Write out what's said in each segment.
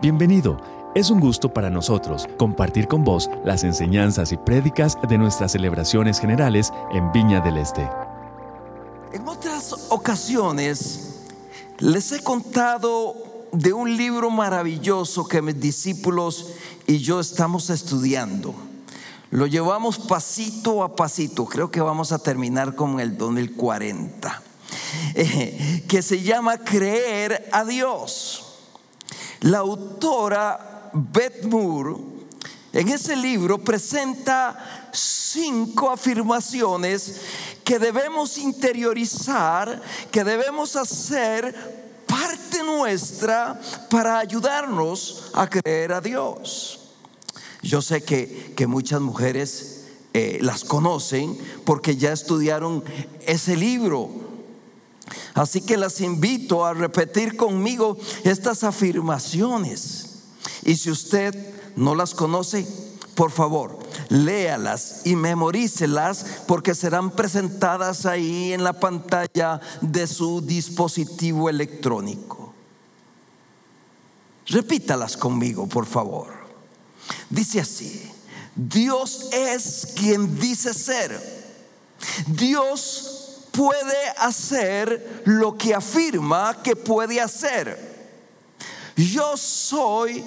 Bienvenido. Es un gusto para nosotros compartir con vos las enseñanzas y prédicas de nuestras celebraciones generales en Viña del Este. En otras ocasiones les he contado de un libro maravilloso que mis discípulos y yo estamos estudiando. Lo llevamos pasito a pasito, creo que vamos a terminar con el 2040, que se llama Creer a Dios. La autora Beth Moore en ese libro presenta 5 afirmaciones que debemos interiorizar, que debemos hacer parte nuestra para ayudarnos a creer a Dios. Yo sé que muchas mujeres las conocen porque ya estudiaron ese libro. Así que las invito a repetir conmigo estas afirmaciones. Y si usted no las conoce, por favor, léalas y memorícelas, porque serán presentadas ahí en la pantalla de su dispositivo electrónico. Repítalas conmigo, por favor. Dice así: Dios es quien dice ser. Dios puede hacer lo que afirma que puede hacer. Yo soy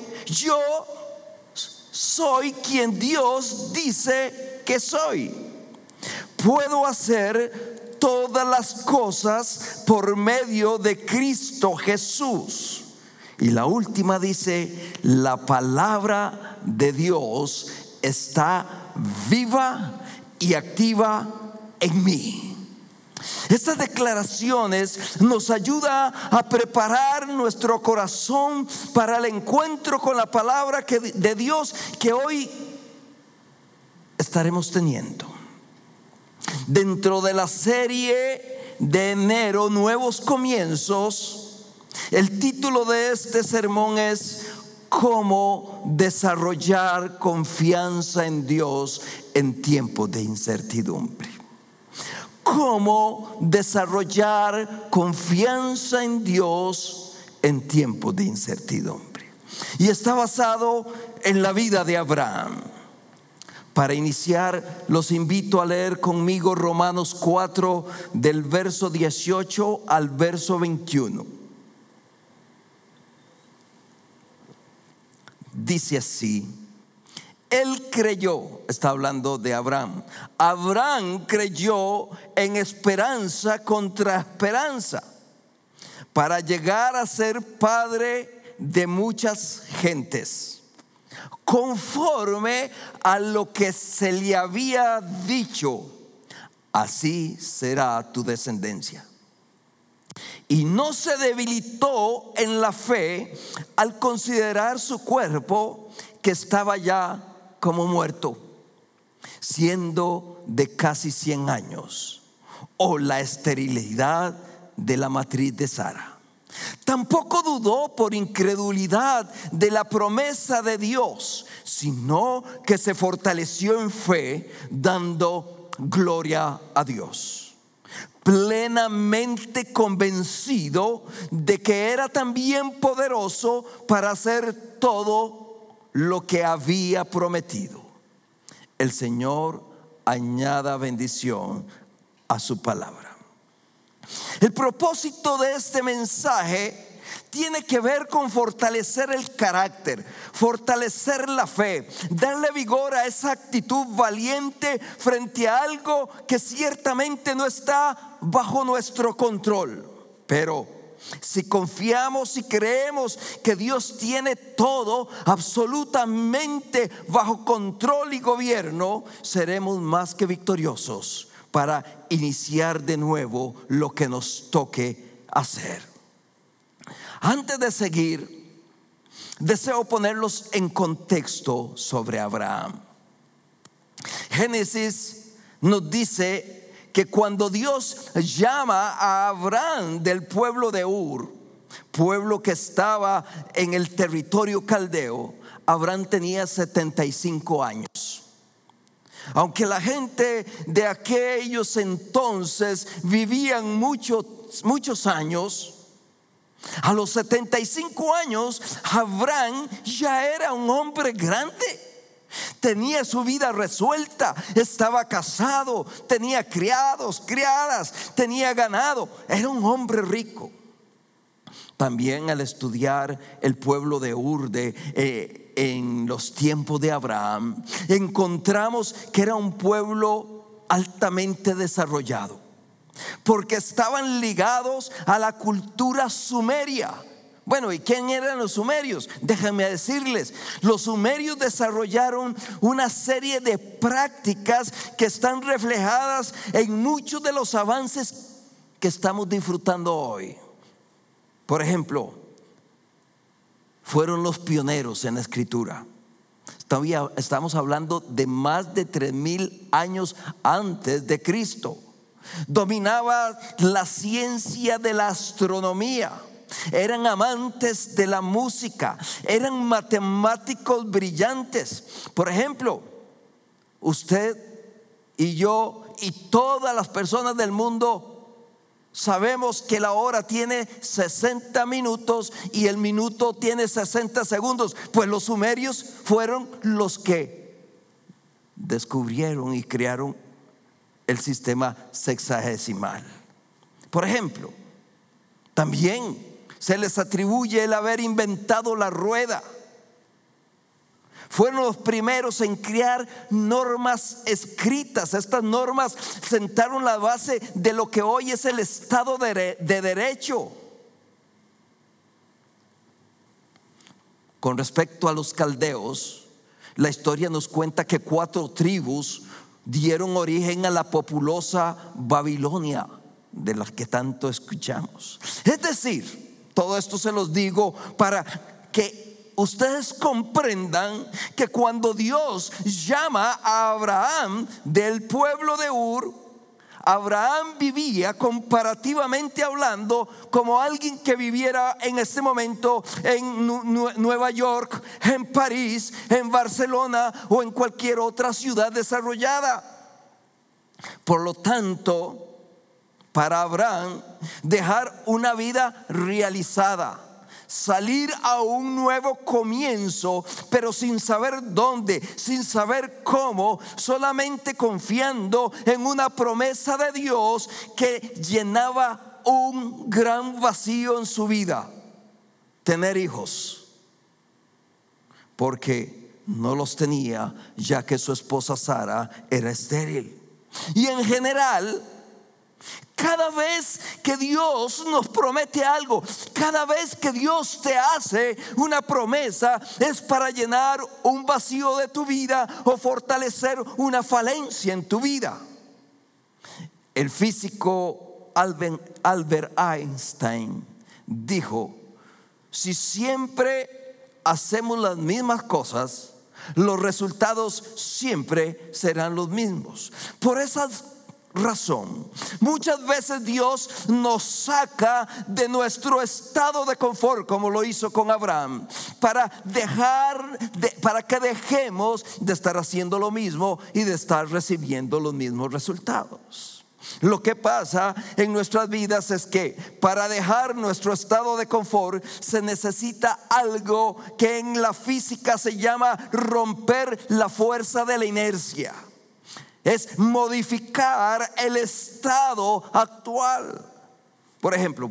quien Dios dice que soy. Puedo hacer todas las cosas por medio de Cristo Jesús. Y la última dice: la palabra de Dios está viva y activa en mí. Estas declaraciones nos ayudan a preparar nuestro corazón para el encuentro con la palabra de Dios que hoy estaremos teniendo. Dentro de la serie de enero, Nuevos Comienzos, el título de este sermón es ¿Cómo desarrollar confianza en Dios en tiempos de incertidumbre? ¿Cómo desarrollar confianza en Dios en tiempos de incertidumbre? Y está basado en la vida de Abraham. Para iniciar, los invito a leer conmigo Romanos 4, del verso 18 al verso 21. Dice así: Él creyó, está hablando de Abraham. Abraham creyó en esperanza contra esperanza, para llegar a ser padre de muchas gentes, conforme a lo que se le había dicho: así será tu descendencia. Y no se debilitó en la fe al considerar su cuerpo, que estaba ya como muerto, siendo de casi 100 años, o la esterilidad de la matriz de Sara. Tampoco dudó por incredulidad de la promesa de Dios, sino que se fortaleció en fe, dando gloria a Dios, plenamente convencido de que era también poderoso para hacer todo lo que había prometido. El Señor añada bendición a su palabra. El propósito de este mensaje tiene que ver con fortalecer el carácter, fortalecer la fe, darle vigor a esa actitud valiente frente a algo que ciertamente no está bajo nuestro control. Pero si confiamos y creemos que Dios tiene todo absolutamente bajo control y gobierno, seremos más que victoriosos para iniciar de nuevo lo que nos toque hacer. Antes de seguir, deseo ponerlos en contexto sobre Abraham. Génesis nos dice que cuando Dios llama a Abraham del pueblo de Ur, pueblo que estaba en el territorio caldeo, Abraham tenía 75 años. Aunque la gente de aquellos entonces vivían muchos años, A los 75 años, Abraham ya era un hombre grande. Tenía su vida resuelta, estaba casado, tenía criados, criadas, tenía ganado. Era un hombre rico. También al estudiar el pueblo de Ur en los tiempos de Abraham, encontramos que era un pueblo altamente desarrollado, porque estaban ligados a la cultura sumeria. Bueno, ¿y quién eran los sumerios? Déjenme decirles, los sumerios desarrollaron una serie de prácticas que están reflejadas en muchos de los avances que estamos disfrutando hoy. Por ejemplo, fueron los pioneros en la escritura. Estamos hablando de más de 3000 años antes de Cristo. Dominaba la ciencia de la astronomía. Eran amantes de la música. Eran matemáticos brillantes. Por ejemplo, usted y yo y todas las personas del mundo sabemos que la hora tiene 60 minutos y el minuto tiene 60 segundos. Pues los sumerios fueron los que descubrieron y crearon el sistema sexagesimal. Por ejemplo, también se les atribuye el haber inventado la rueda. Fueron los primeros en crear normas escritas. Estas normas sentaron la base de lo que hoy es el Estado de Derecho. Con respecto a los caldeos, la historia nos cuenta que 4 tribus dieron origen a la populosa Babilonia, de las que tanto escuchamos. Es decir, todo esto se los digo para que ustedes comprendan que cuando Dios llama a Abraham del pueblo de Ur, Abraham vivía, comparativamente hablando, como alguien que viviera en este momento en Nueva York, en París, en Barcelona o en cualquier otra ciudad desarrollada. Por lo tanto, para Abraham, dejar una vida realizada, salir a un nuevo comienzo, pero sin saber dónde, sin saber cómo, solamente confiando en una promesa de Dios que llenaba un gran vacío en su vida: tener hijos, porque no los tenía, ya que su esposa Sara era estéril. Y en general, cada vez que Dios nos promete algo, cada vez que Dios te hace una promesa, es para llenar un vacío de tu vida o fortalecer una falencia en tu vida. El físico Albert Einstein dijo: si siempre hacemos las mismas cosas, los resultados siempre serán los mismos. Por esa razón, muchas veces Dios nos saca de nuestro estado de confort, como lo hizo con Abraham, para que dejemos de estar haciendo lo mismo y de estar recibiendo los mismos resultados. Lo que pasa en nuestras vidas es que para dejar nuestro estado de confort se necesita algo que en la física se llama romper la fuerza de la inercia. Es modificar el estado actual. Por ejemplo,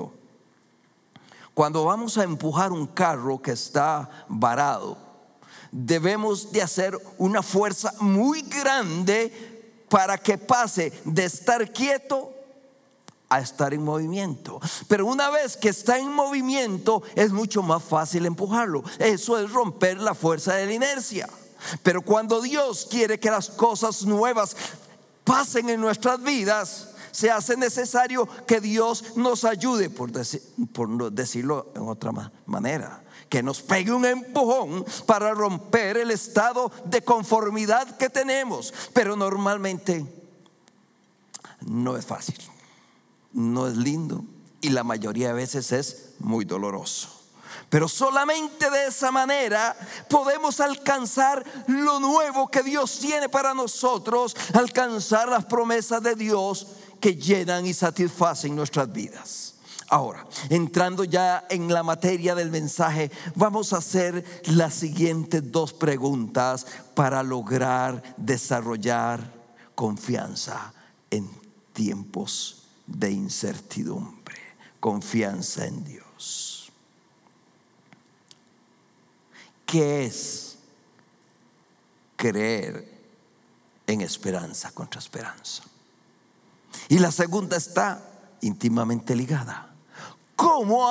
cuando vamos a empujar un carro que está varado, debemos de hacer una fuerza muy grande para que pase de estar quieto a estar en movimiento. Pero una vez que está en movimiento, es mucho más fácil empujarlo. Eso es romper la fuerza de la inercia. Pero cuando Dios quiere que las cosas nuevas pasen en nuestras vidas, se hace necesario que Dios nos ayude, por decirlo en otra manera, que nos pegue un empujón para romper el estado de conformidad que tenemos. Pero normalmente no es fácil, no es lindo y la mayoría de veces es muy doloroso. Pero solamente de esa manera podemos alcanzar lo nuevo que Dios tiene para nosotros, alcanzar las promesas de Dios que llenan y satisfacen nuestras vidas. Ahora, entrando ya en la materia del mensaje, vamos a hacer las siguientes 2 preguntas para lograr desarrollar confianza en tiempos de incertidumbre. Confianza en Dios. ¿Qué es creer en esperanza contra esperanza? Y la segunda está íntimamente ligada. ¿Cómo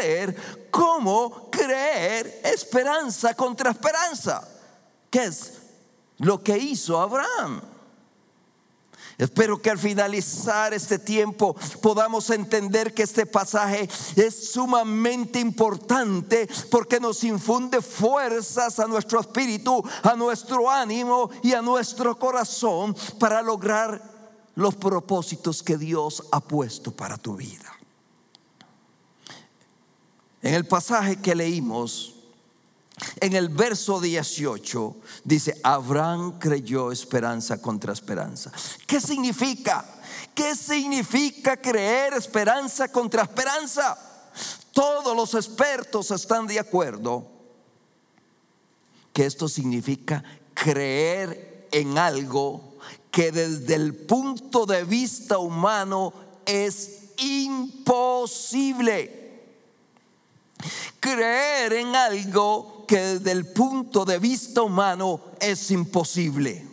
creer esperanza contra esperanza? ¿Qué es lo que hizo Abraham? Espero que al finalizar este tiempo podamos entender que este pasaje es sumamente importante, porque nos infunde fuerzas a nuestro espíritu, a nuestro ánimo y a nuestro corazón para lograr los propósitos que Dios ha puesto para tu vida. En el pasaje que leímos, en el verso 18, dice: Abraham creyó esperanza contra esperanza. ¿Qué significa? ¿Qué significa creer esperanza contra esperanza? Todos los expertos están de acuerdo que esto significa creer en algo que desde el punto de vista humano es imposible. Creer en algo que desde el punto de vista humano es imposible.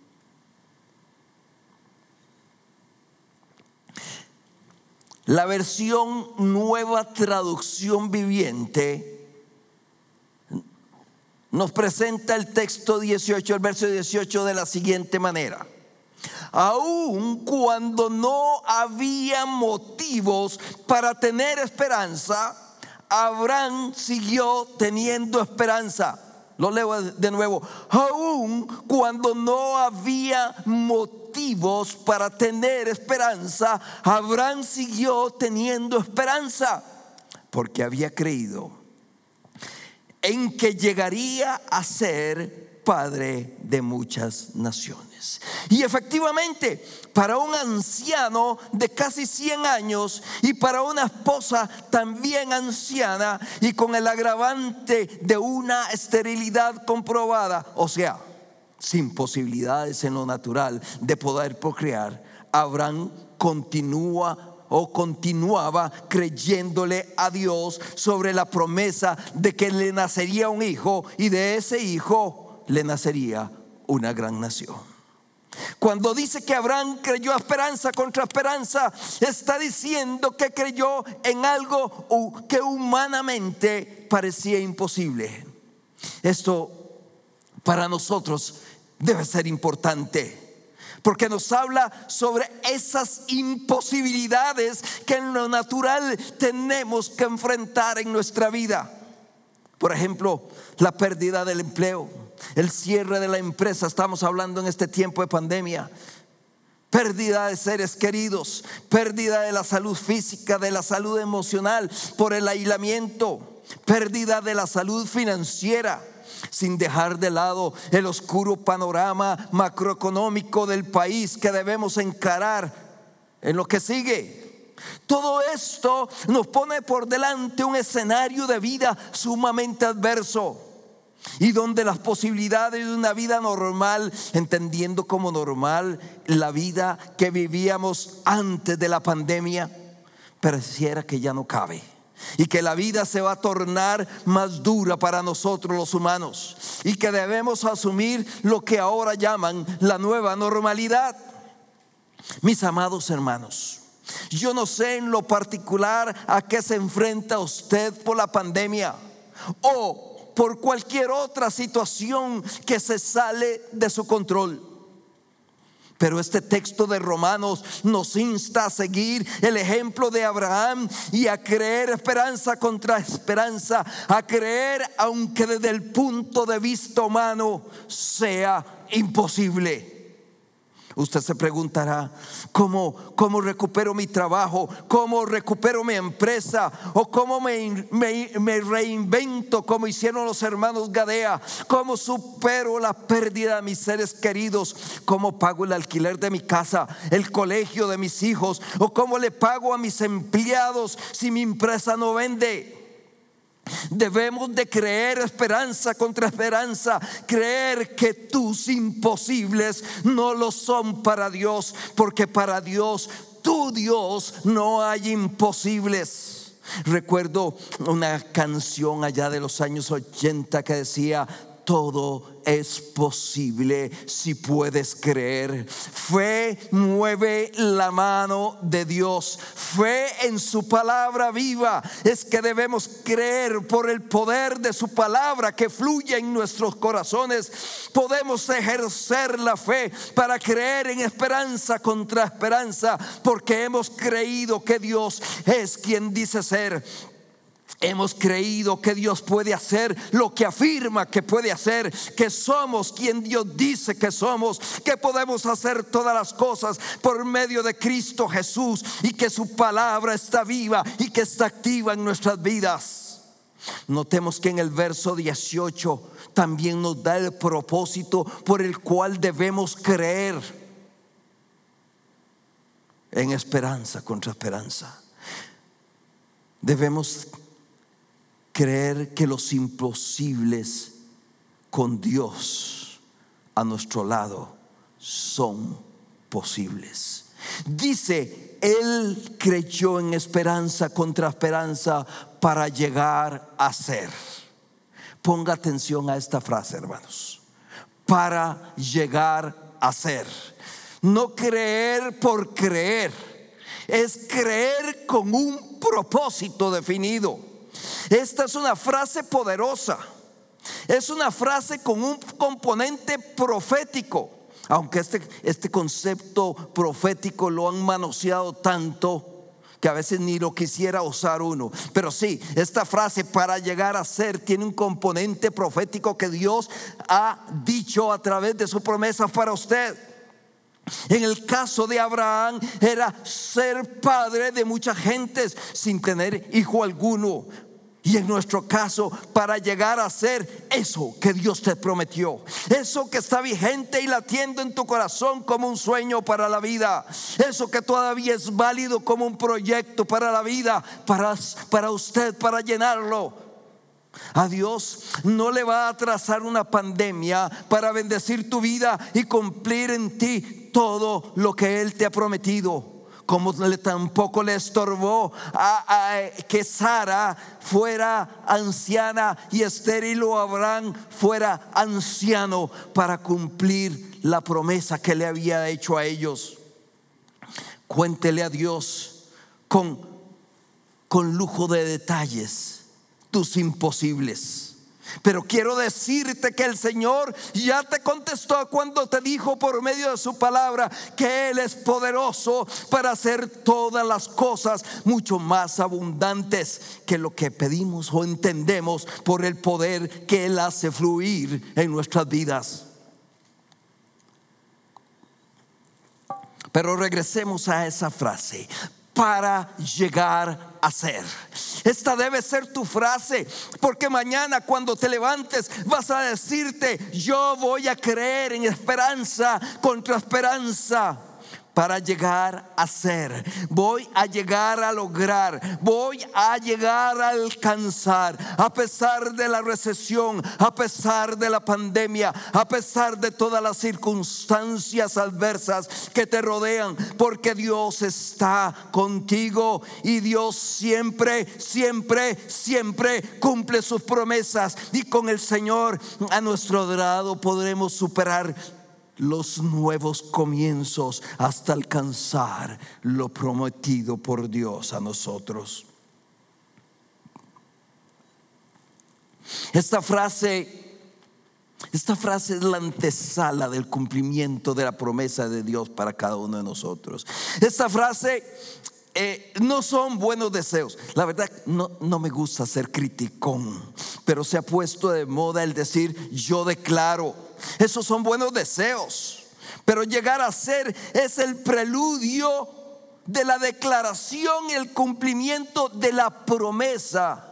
La versión Nueva Traducción Viviente nos presenta el texto 18, el verso 18, de la siguiente manera: aun cuando no había motivos para tener esperanza, Abraham siguió teniendo esperanza. Lo leo de nuevo. Aun cuando no había motivos para tener esperanza, Abraham siguió teniendo esperanza, porque había creído en que llegaría a ser padre de muchas naciones. Y efectivamente, para un anciano de casi 100 años y para una esposa también anciana y con el agravante de una esterilidad comprobada, o sea, sin posibilidades en lo natural de poder procrear, Abraham continuaba creyéndole a Dios sobre la promesa de que le nacería un hijo, y de ese hijo le nacería una gran nación. Cuando dice que Abraham creyó esperanza contra esperanza, está diciendo que creyó en algo que humanamente parecía imposible. Esto para nosotros debe ser importante, porque nos habla sobre esas imposibilidades que en lo natural tenemos que enfrentar en nuestra vida. Por ejemplo, la pérdida del empleo, el cierre de la empresa. Estamos hablando en este tiempo de pandemia. Pérdida de seres queridos, pérdida de la salud física, de la salud emocional por el aislamiento, pérdida de la salud financiera, sin dejar de lado el oscuro panorama macroeconómico del país que debemos encarar en lo que sigue. Todo esto nos pone por delante un escenario de vida sumamente adverso, y donde las posibilidades de una vida normal, entendiendo como normal la vida que vivíamos antes de la pandemia, pareciera que ya no cabe, y que la vida se va a tornar más dura para nosotros los humanos, y que debemos asumir lo que ahora llaman la nueva normalidad. Mis amados hermanos, yo no sé en lo particular a qué se enfrenta usted por la pandemia o por cualquier otra situación que se sale de su control, pero este texto de Romanos nos insta a seguir el ejemplo de Abraham y a creer esperanza contra esperanza, a creer aunque desde el punto de vista humano sea imposible. Usted se preguntará, ¿cómo recupero mi trabajo? ¿Cómo recupero mi empresa? ¿O cómo me reinvento como hicieron los hermanos Gadea? ¿Cómo supero la pérdida de mis seres queridos? ¿Cómo pago el alquiler de mi casa, el colegio de mis hijos? ¿O cómo le pago a mis empleados si mi empresa no vende? Debemos de creer esperanza contra esperanza, creer que tus imposibles no lo son para Dios, porque para Dios, tu Dios, no hay imposibles. Recuerdo una canción allá de los años 80 que decía: todo es posible si puedes creer. Fe mueve la mano de Dios. Fe en su palabra viva. Es que debemos creer por el poder de su palabra que fluye en nuestros corazones. Podemos ejercer la fe para creer en esperanza contra esperanza, porque hemos creído que Dios es quien dice ser. Hemos creído que Dios puede hacer lo que afirma que puede hacer, que somos quien Dios dice que somos, que podemos hacer todas las cosas por medio de Cristo Jesús, y que su palabra está viva y que está activa en nuestras vidas. Notemos que en el verso 18 también nos da el propósito por el cual debemos creer en esperanza contra esperanza. Debemos creer que los imposibles con Dios a nuestro lado son posibles. Dice: Él creyó en esperanza contra esperanza para llegar a ser. Ponga atención a esta frase, hermanos: para llegar a ser. No creer por creer, es creer con un propósito definido. Esta es una frase poderosa, es una frase con un componente profético, aunque este concepto profético lo han manoseado tanto que a veces ni lo quisiera usar uno. Pero sí, esta frase para llegar a ser tiene un componente profético que Dios ha dicho a través de su promesa para usted. En el caso de Abraham era ser padre de muchas gentes sin tener hijo alguno. Y en nuestro caso, para llegar a ser eso que Dios te prometió, eso que está vigente y latiendo en tu corazón como un sueño para la vida, eso que todavía es válido como un proyecto para la vida, para usted, para llenarlo. A Dios no le va a trazar una pandemia para bendecir tu vida y cumplir en ti todo lo que Él te ha prometido. Como tampoco le estorbó a que Sara fuera anciana y estéril, o Abraham fuera anciano, para cumplir la promesa que le había hecho a ellos. Cuéntele a Dios con lujo de detalles tus imposibles. Pero quiero decirte que el Señor ya te contestó cuando te dijo por medio de su palabra que Él es poderoso para hacer todas las cosas mucho más abundantes que lo que pedimos o entendemos, por el poder que Él hace fluir en nuestras vidas. Pero regresemos a esa frase: para llegar a ser. Esta debe ser tu frase, porque mañana cuando te levantes vas a decirte: yo voy a creer en esperanza contra esperanza. Para llegar a ser, voy a llegar a lograr, voy a llegar a alcanzar, a pesar de la recesión, a pesar de la pandemia, a pesar de todas las circunstancias adversas que te rodean, porque Dios está contigo y Dios siempre, siempre, siempre cumple sus promesas. Y con el Señor a nuestro lado podremos superar los nuevos comienzos hasta alcanzar lo prometido por Dios a nosotros. Esta frase es la antesala del cumplimiento de la promesa de Dios para cada uno de nosotros. Esta frase no son buenos deseos. La verdad no me gusta ser criticón, pero se ha puesto de moda el decir: yo declaro. Esos son buenos deseos, Pero llegar a ser es el preludio de la declaración y el cumplimiento de la promesa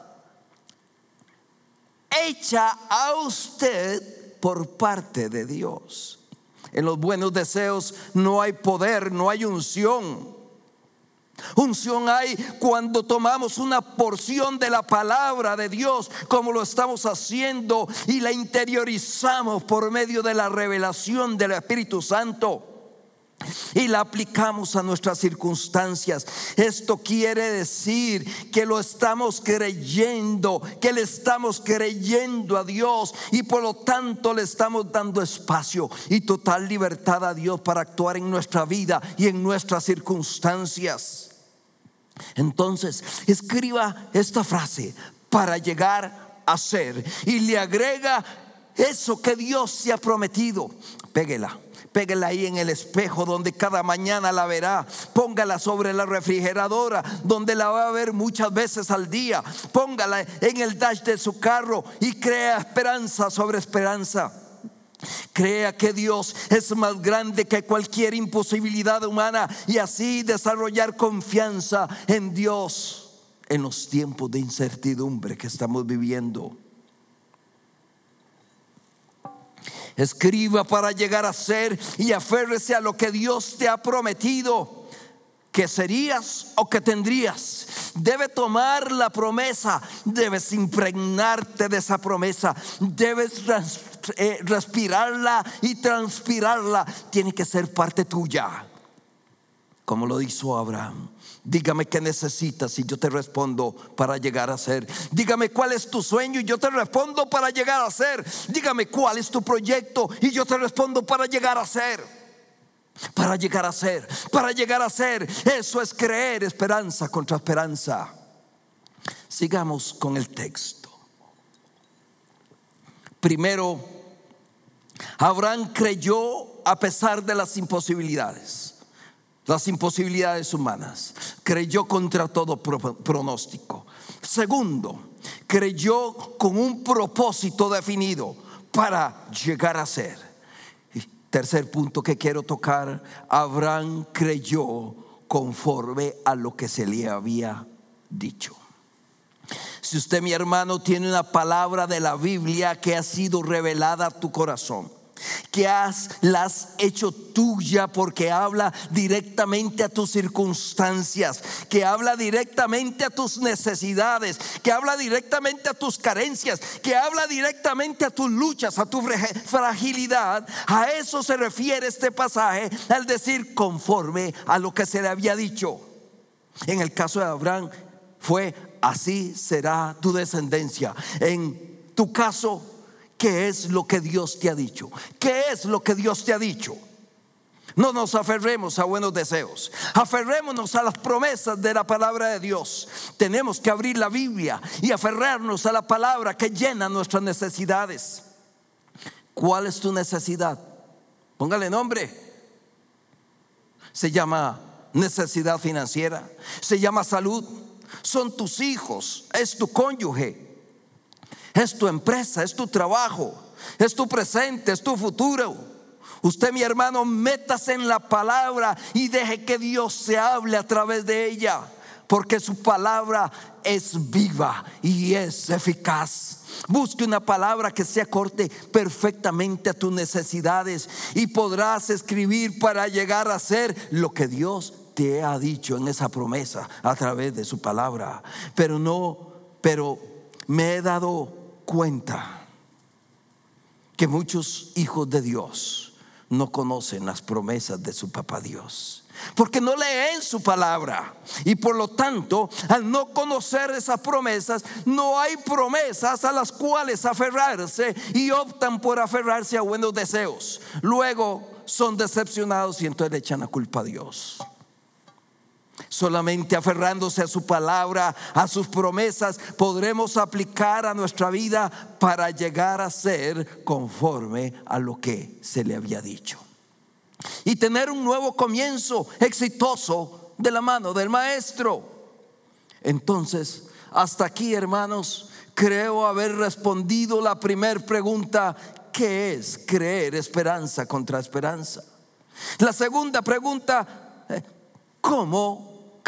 hecha a usted por parte de Dios. En los buenos deseos no hay poder, no hay unción. Unción hay cuando tomamos una porción de la palabra de Dios, como lo estamos haciendo, y la interiorizamos por medio de la revelación del Espíritu Santo y la aplicamos a nuestras circunstancias. Esto quiere decir que lo estamos creyendo, que le estamos creyendo a Dios, y por lo tanto le estamos dando espacio y total libertad a Dios para actuar en nuestra vida y en nuestras circunstancias. Entonces, escriba esta frase: para llegar a ser, y le agrega eso que Dios se ha prometido. Péguela ahí en el espejo donde cada mañana la verá. Póngala sobre la refrigeradora donde la va a ver muchas veces al día. Póngala en el dash de su carro y crea esperanza sobre esperanza. Crea que Dios es más grande que cualquier imposibilidad humana, y así desarrollar confianza en Dios en los tiempos de incertidumbre que estamos viviendo. Escriba para llegar a ser y aférrese a lo que Dios te ha prometido que serías o que tendrías. Debe tomar la promesa, debes impregnarte de esa promesa, debes respirarla y transpirarla. Tiene que ser parte tuya, como lo hizo Abraham. Dígame qué necesitas y yo te respondo para llegar a ser. Dígame cuál es tu sueño y yo te respondo para llegar a ser. Dígame cuál es tu proyecto y yo te respondo para llegar a ser. Para llegar a ser, para llegar a ser. Eso es creer esperanza contra esperanza. Sigamos con el texto. Primero, Abraham creyó a pesar de las imposibilidades humanas. Creyó contra todo pronóstico. Segundo, creyó con un propósito definido para llegar a ser. Y tercer punto que quiero tocar: Abraham creyó conforme a lo que se le había dicho. Si usted, mi hermano, tiene una palabra de la Biblia que ha sido revelada a tu corazón, que la has hecho tuya porque habla directamente a tus circunstancias, que habla directamente a tus necesidades, que habla directamente a tus carencias, que habla directamente a tus luchas, a tu fragilidad. A eso se refiere este pasaje al decir conforme a lo que se le había dicho. En el caso de Abraham fue: así será tu descendencia. En tu caso, ¿qué es lo que Dios te ha dicho? ¿Qué es lo que Dios te ha dicho? No nos aferremos a buenos deseos, aferrémonos a las promesas de la palabra de Dios. Tenemos que abrir la Biblia y aferrarnos a la palabra que llena nuestras necesidades. ¿Cuál es tu necesidad? Póngale nombre. Se llama necesidad financiera, se llama salud, son tus hijos, es tu cónyuge, es tu empresa, es tu trabajo, es tu presente, es tu futuro. Usted, mi hermano, métase en la palabra y deje que Dios se hable a través de ella, porque su palabra es viva y es eficaz. Busque una palabra que se acorde perfectamente a tus necesidades y podrás escribir para llegar a ser lo que Dios te ha dicho en esa promesa a través de su palabra. Pero me he dado cuenta que muchos hijos de Dios no conocen las promesas de su papá Dios, porque no leen su palabra, y por lo tanto, al no conocer esas promesas, no hay promesas a las cuales aferrarse, y optan por aferrarse a buenos deseos. Luego son decepcionados y entonces le echan la culpa a Dios. Solamente aferrándose a su palabra, a sus promesas, podremos aplicar a nuestra vida para llegar a ser conforme a lo que se le había dicho y tener un nuevo comienzo exitoso de la mano del Maestro. Entonces, hasta aquí, hermanos, creo haber respondido la primera pregunta: ¿qué es creer esperanza contra esperanza? La segunda pregunta, ¿cómo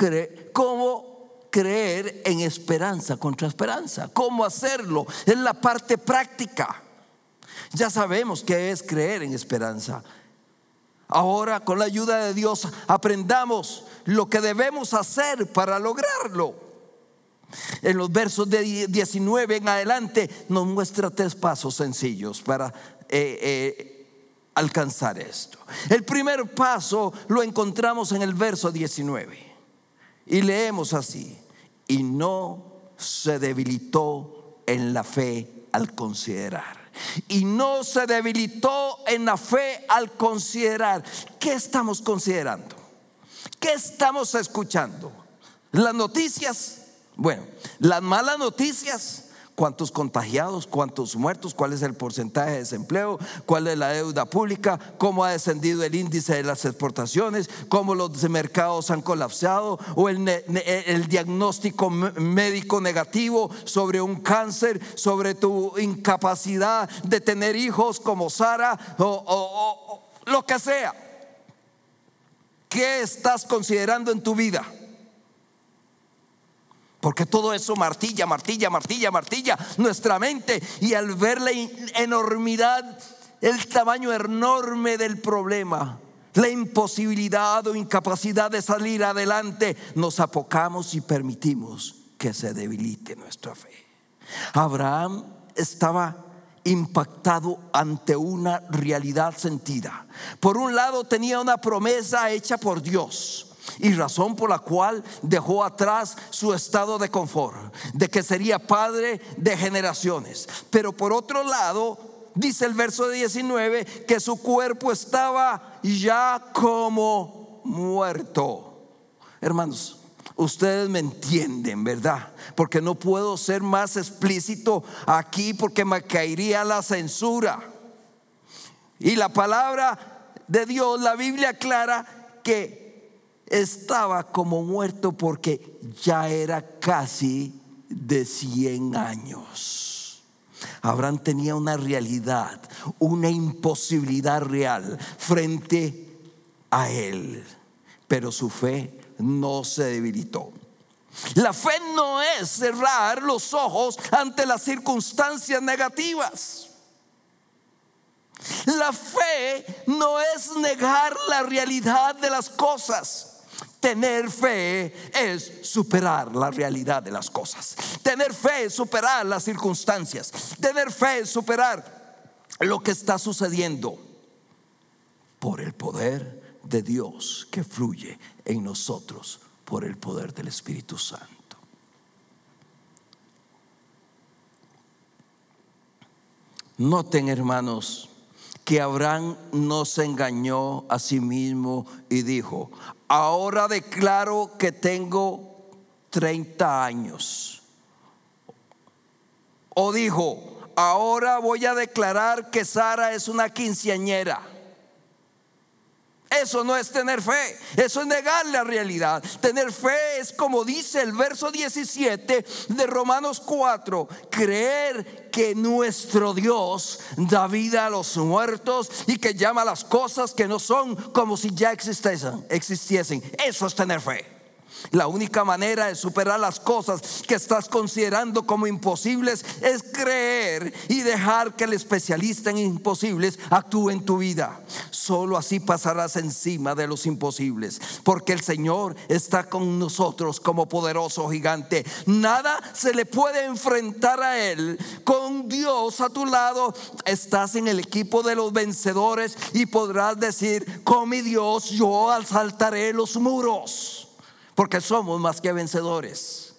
creer en esperanza contra esperanza? ¿Cómo hacerlo? Es la parte práctica. Ya sabemos qué es creer en esperanza. Ahora, con la ayuda de Dios, aprendamos lo que debemos hacer para lograrlo. En los versos de 19 en adelante nos muestra 3 pasos sencillos para alcanzar esto. El primer paso lo encontramos en el verso 19 y leemos así: y no se debilitó en la fe al considerar. Y no se debilitó en la fe al considerar. ¿Qué estamos considerando? ¿Qué estamos escuchando? ¿Las noticias? Bueno, las malas noticias. ¿Cuántos contagiados? ¿Cuántos muertos? ¿Cuál es el porcentaje de desempleo? ¿Cuál es la deuda pública? ¿Cómo ha descendido el índice de las exportaciones? ¿Cómo los mercados han colapsado? ¿O el diagnóstico médico negativo sobre un cáncer? ¿Sobre tu incapacidad de tener hijos como Sara? O lo que sea. ¿Qué estás considerando en tu vida? Porque todo eso martilla nuestra mente. Y al ver la enormidad, el tamaño enorme del problema, la imposibilidad o incapacidad de salir adelante, nos apocamos y permitimos que se debilite nuestra fe. Abraham estaba impactado ante una realidad sentida. Por un lado, tenía una promesa hecha por Dios, y razón por la cual dejó atrás su estado de confort, de que sería padre de generaciones. Pero por otro lado, dice el verso 19, que su cuerpo estaba ya como muerto. Hermanos, ustedes me entienden, ¿verdad? Porque no puedo ser más explícito aquí, porque me caería la censura. Y la palabra de Dios, la Biblia aclara que estaba como muerto porque ya era casi de 100 años. Abraham tenía una realidad, una imposibilidad real frente a él, pero su fe no se debilitó. La fe no es cerrar los ojos ante las circunstancias negativas. La fe no es negar la realidad de las cosas. Tener fe es superar la realidad de las cosas. Tener fe es superar las circunstancias. Tener fe es superar lo que está sucediendo por el poder de Dios que fluye en nosotros, por el poder del Espíritu Santo. Noten, hermanos, que Abraham no se engañó a sí mismo y dijo: ahora declaro que tengo 30 años. O dijo: ahora voy a declarar que Sara es una quinceañera. Eso no es tener fe, eso es negar la realidad. Tener fe es, como dice el verso 17 de Romanos 4, creer que nuestro Dios da vida a los muertos y que llama a las cosas que no son como si ya existiesen. Eso es tener fe. La única manera de superar las cosas que estás considerando como imposibles es creer y dejar que el especialista en imposibles actúe en tu vida. Solo así pasarás encima de los imposibles, porque el Señor está con nosotros como poderoso gigante. Nada se le puede enfrentar a Él. Con Dios a tu lado estás en el equipo de los vencedores y podrás decir: con mi Dios yo asaltaré los muros. Porque somos más que vencedores.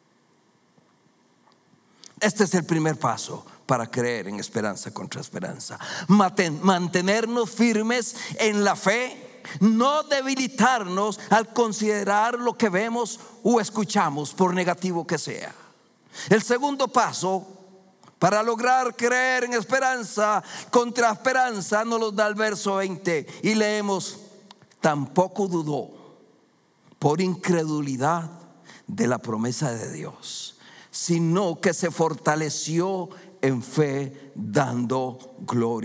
Este es el primer paso para creer en esperanza contra esperanza. Mantenernos firmes en la fe, no debilitarnos al considerar lo que vemos o escuchamos, por negativo que sea. El segundo paso para lograr creer en esperanza contra esperanza nos lo da el verso 20 y leemos: tampoco dudó por incredulidad de la promesa de Dios, sino que se fortaleció en fe, dando gloria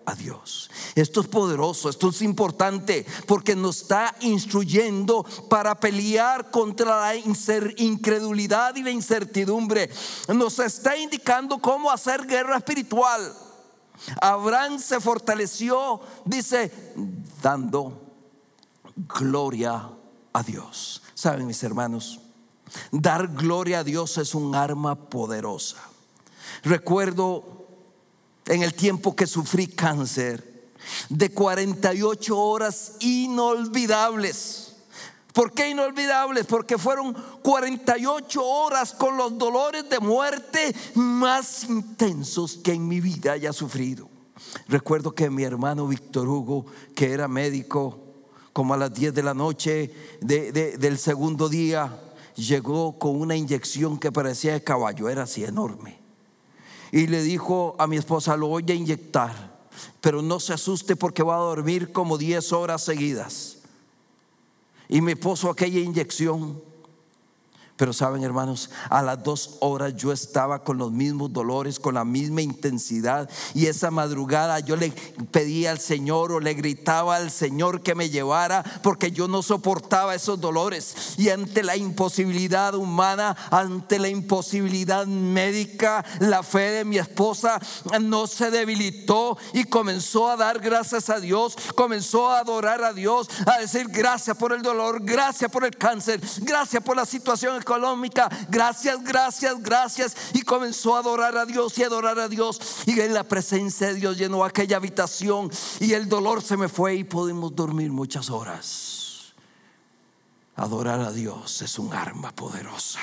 a Dios. Esto es poderoso, esto es importante, porque nos está instruyendo para pelear contra la incredulidad y la incertidumbre. Nos está indicando cómo hacer guerra espiritual. Abraham se fortaleció, dice, dando gloria a Dios. Saben, mis hermanos, dar gloria a Dios es un arma poderosa. Recuerdo en el tiempo que sufrí cáncer, de 48 horas inolvidables. ¿Por qué inolvidables? Porque fueron 48 horas con los dolores de muerte más intensos que en mi vida haya sufrido. Recuerdo que mi hermano Víctor Hugo, que era médico, como a las 10 de la noche del segundo día, llegó con una inyección que parecía de caballo, era así enorme. Y le dijo a mi esposa: lo voy a inyectar, pero no se asuste porque va a dormir como 10 horas seguidas. Y me puso aquella inyección. Pero saben, hermanos, a las 2 horas yo estaba con los mismos dolores, con la misma intensidad. Y esa madrugada yo le pedía al Señor, o le gritaba al Señor que me llevara, porque yo no soportaba esos dolores. Y ante la imposibilidad humana, ante la imposibilidad médica, la fe de mi esposa no se debilitó y comenzó a dar gracias a Dios, comenzó a adorar a Dios, a decir: gracias por el dolor, gracias por el cáncer, gracias por la situación económica, gracias, gracias, gracias. Y comenzó a adorar a Dios y adorar a Dios, y en la presencia de Dios llenó aquella habitación, y el dolor se me fue y pudimos dormir muchas horas. Adorar a Dios es un arma poderosa.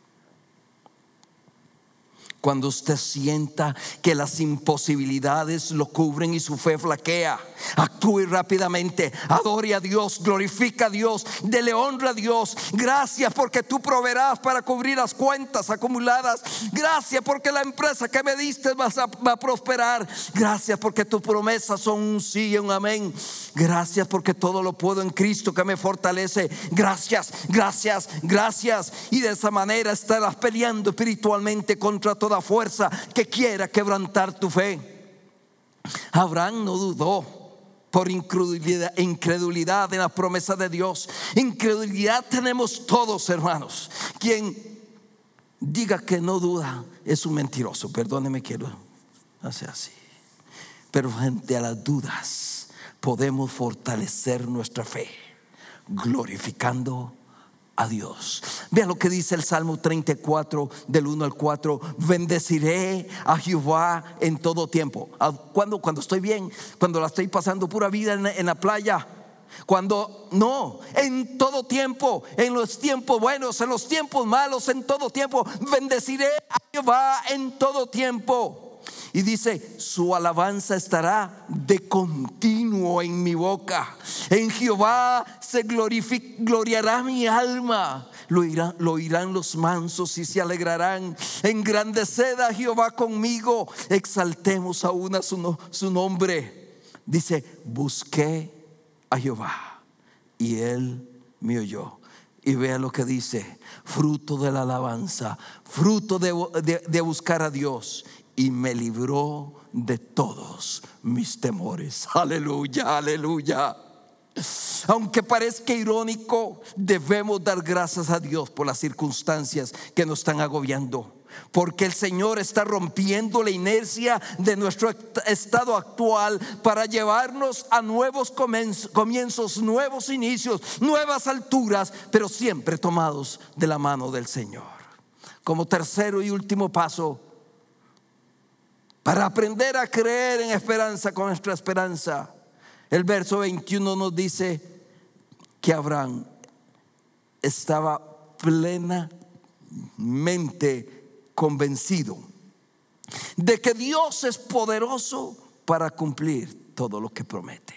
Cuando usted sienta que las imposibilidades lo cubren y su fe flaquea, actúe rápidamente, adore a Dios, glorifica a Dios, dele honra a Dios. Gracias porque tú proveerás para cubrir las cuentas acumuladas. Gracias porque la empresa que me diste va a prosperar. Gracias porque tus promesas son un sí y un amén. Gracias porque todo lo puedo en Cristo que me fortalece. Gracias, gracias, gracias. Y de esa manera estarás peleando espiritualmente contra toda fuerza que quiera quebrantar tu fe. Abraham no dudó por incredulidad en las promesas de Dios. Incredulidad tenemos todos, hermanos. Quien diga que no duda es un mentiroso. Perdóneme que lo hace así. Pero frente a las dudas podemos fortalecer nuestra fe glorificando a Dios. Vean lo que dice el Salmo 34 del 1 al 4. Bendeciré a Jehová en todo tiempo. Cuando estoy bien, cuando la estoy pasando pura vida en la playa, cuando no, en todo tiempo, en los tiempos buenos, en los tiempos malos, en todo tiempo. Bendeciré a Jehová en todo tiempo. Y dice: su alabanza estará de continuo en mi boca. En Jehová se gloriará mi alma. Lo oirán los mansos y se alegrarán. Engrandeced a Jehová conmigo, exaltemos aún a su nombre. Dice: busqué a Jehová y él me oyó. Y vea lo que dice: fruto de la alabanza, fruto de buscar a Dios, y me libró de todos mis temores. Aleluya, aleluya. Aunque parezca irónico, debemos dar gracias a Dios por las circunstancias que nos están agobiando, porque el Señor está rompiendo la inercia de nuestro estado actual para llevarnos a nuevos comienzos, nuevos inicios, nuevas alturas, pero siempre tomados de la mano del Señor. Como tercero y último paso, para aprender a creer en esperanza con nuestra esperanza, el verso 21 nos dice que Abraham estaba plenamente convencido de que Dios es poderoso para cumplir todo lo que promete.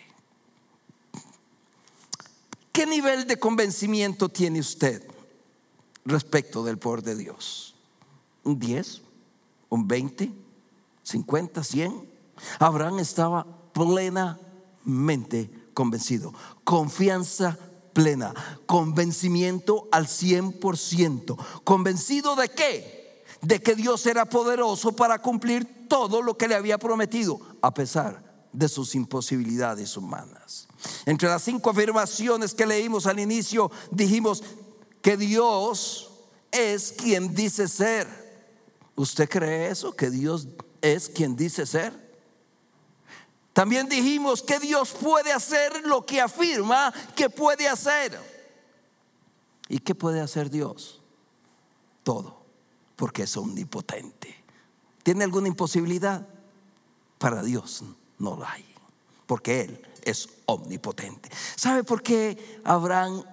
¿Qué nivel de convencimiento tiene usted respecto del poder de Dios? ¿Un 10? ¿Un 20? 50, 100. Abraham estaba plenamente convencido. Confianza plena, convencimiento al 100%. ¿Convencido de qué? De que Dios era poderoso para cumplir todo lo que le había prometido, a pesar de sus imposibilidades humanas. Entre las 5 afirmaciones que leímos al inicio, dijimos que Dios es quien dice ser. ¿Usted cree eso? ¿Que Dios es quien dice ser? También dijimos que Dios puede hacer lo que afirma que puede hacer. ¿Y qué puede hacer Dios? Todo, porque es omnipotente. ¿Tiene alguna imposibilidad? Para Dios no la hay, porque Él es omnipotente. ¿Sabe por qué Abraham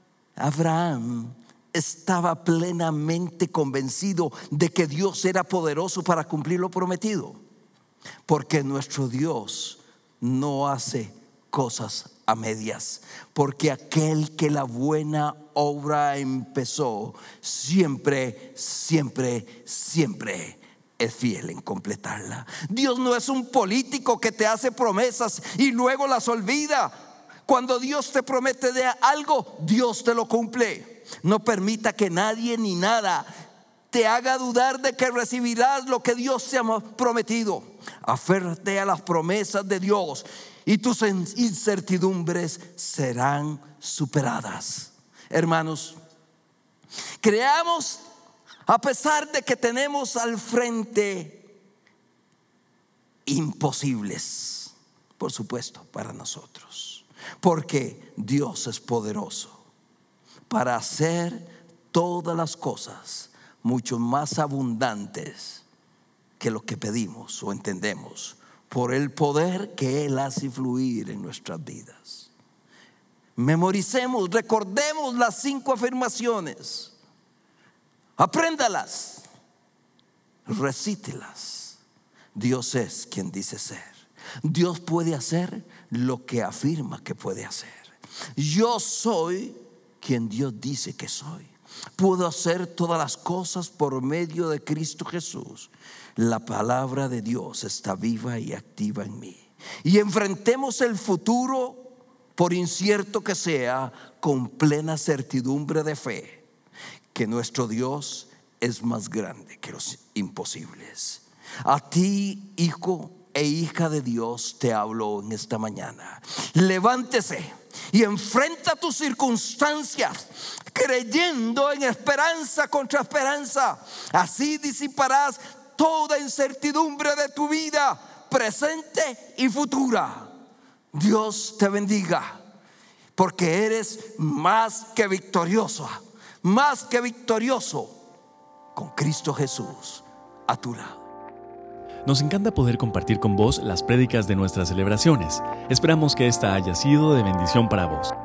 estaba plenamente convencido de que Dios era poderoso para cumplir lo prometido? Porque nuestro Dios no hace cosas a medias, porque aquel que la buena obra empezó siempre es fiel en completarla. Dios no es un político que te hace promesas y luego las olvida. Cuando Dios te promete de algo, Dios te lo cumple. No permita que nadie ni nada te haga dudar de que recibirás lo que Dios te ha prometido. Aférrate a las promesas de Dios y tus incertidumbres serán superadas. Hermanos, creamos, a pesar de que tenemos al frente imposibles, por supuesto, para nosotros, porque Dios es poderoso para hacer todas las cosas mucho más abundantes que lo que pedimos o entendemos, por el poder que Él hace fluir en nuestras vidas. Memoricemos, recordemos las 5 afirmaciones. Apréndalas, recítelas. Dios es quien dice ser. Dios puede hacer lo que afirma que puede hacer. Yo soy quien Dios dice que soy. Puedo hacer todas las cosas por medio de Cristo Jesús. La palabra de Dios está viva y activa en mí. Y enfrentemos el futuro, por incierto que sea, con plena certidumbre de fe, que nuestro Dios es más grande que los imposibles. A ti, hijo e hija de Dios, te hablo en esta mañana. Levántese y enfrenta tus circunstancias, creyendo en esperanza contra esperanza. Así disiparás toda incertidumbre de tu vida, presente y futura. Dios te bendiga, porque eres más que victorioso con Cristo Jesús a tu lado. Nos encanta poder compartir con vos las prédicas de nuestras celebraciones. Esperamos que esta haya sido de bendición para vos.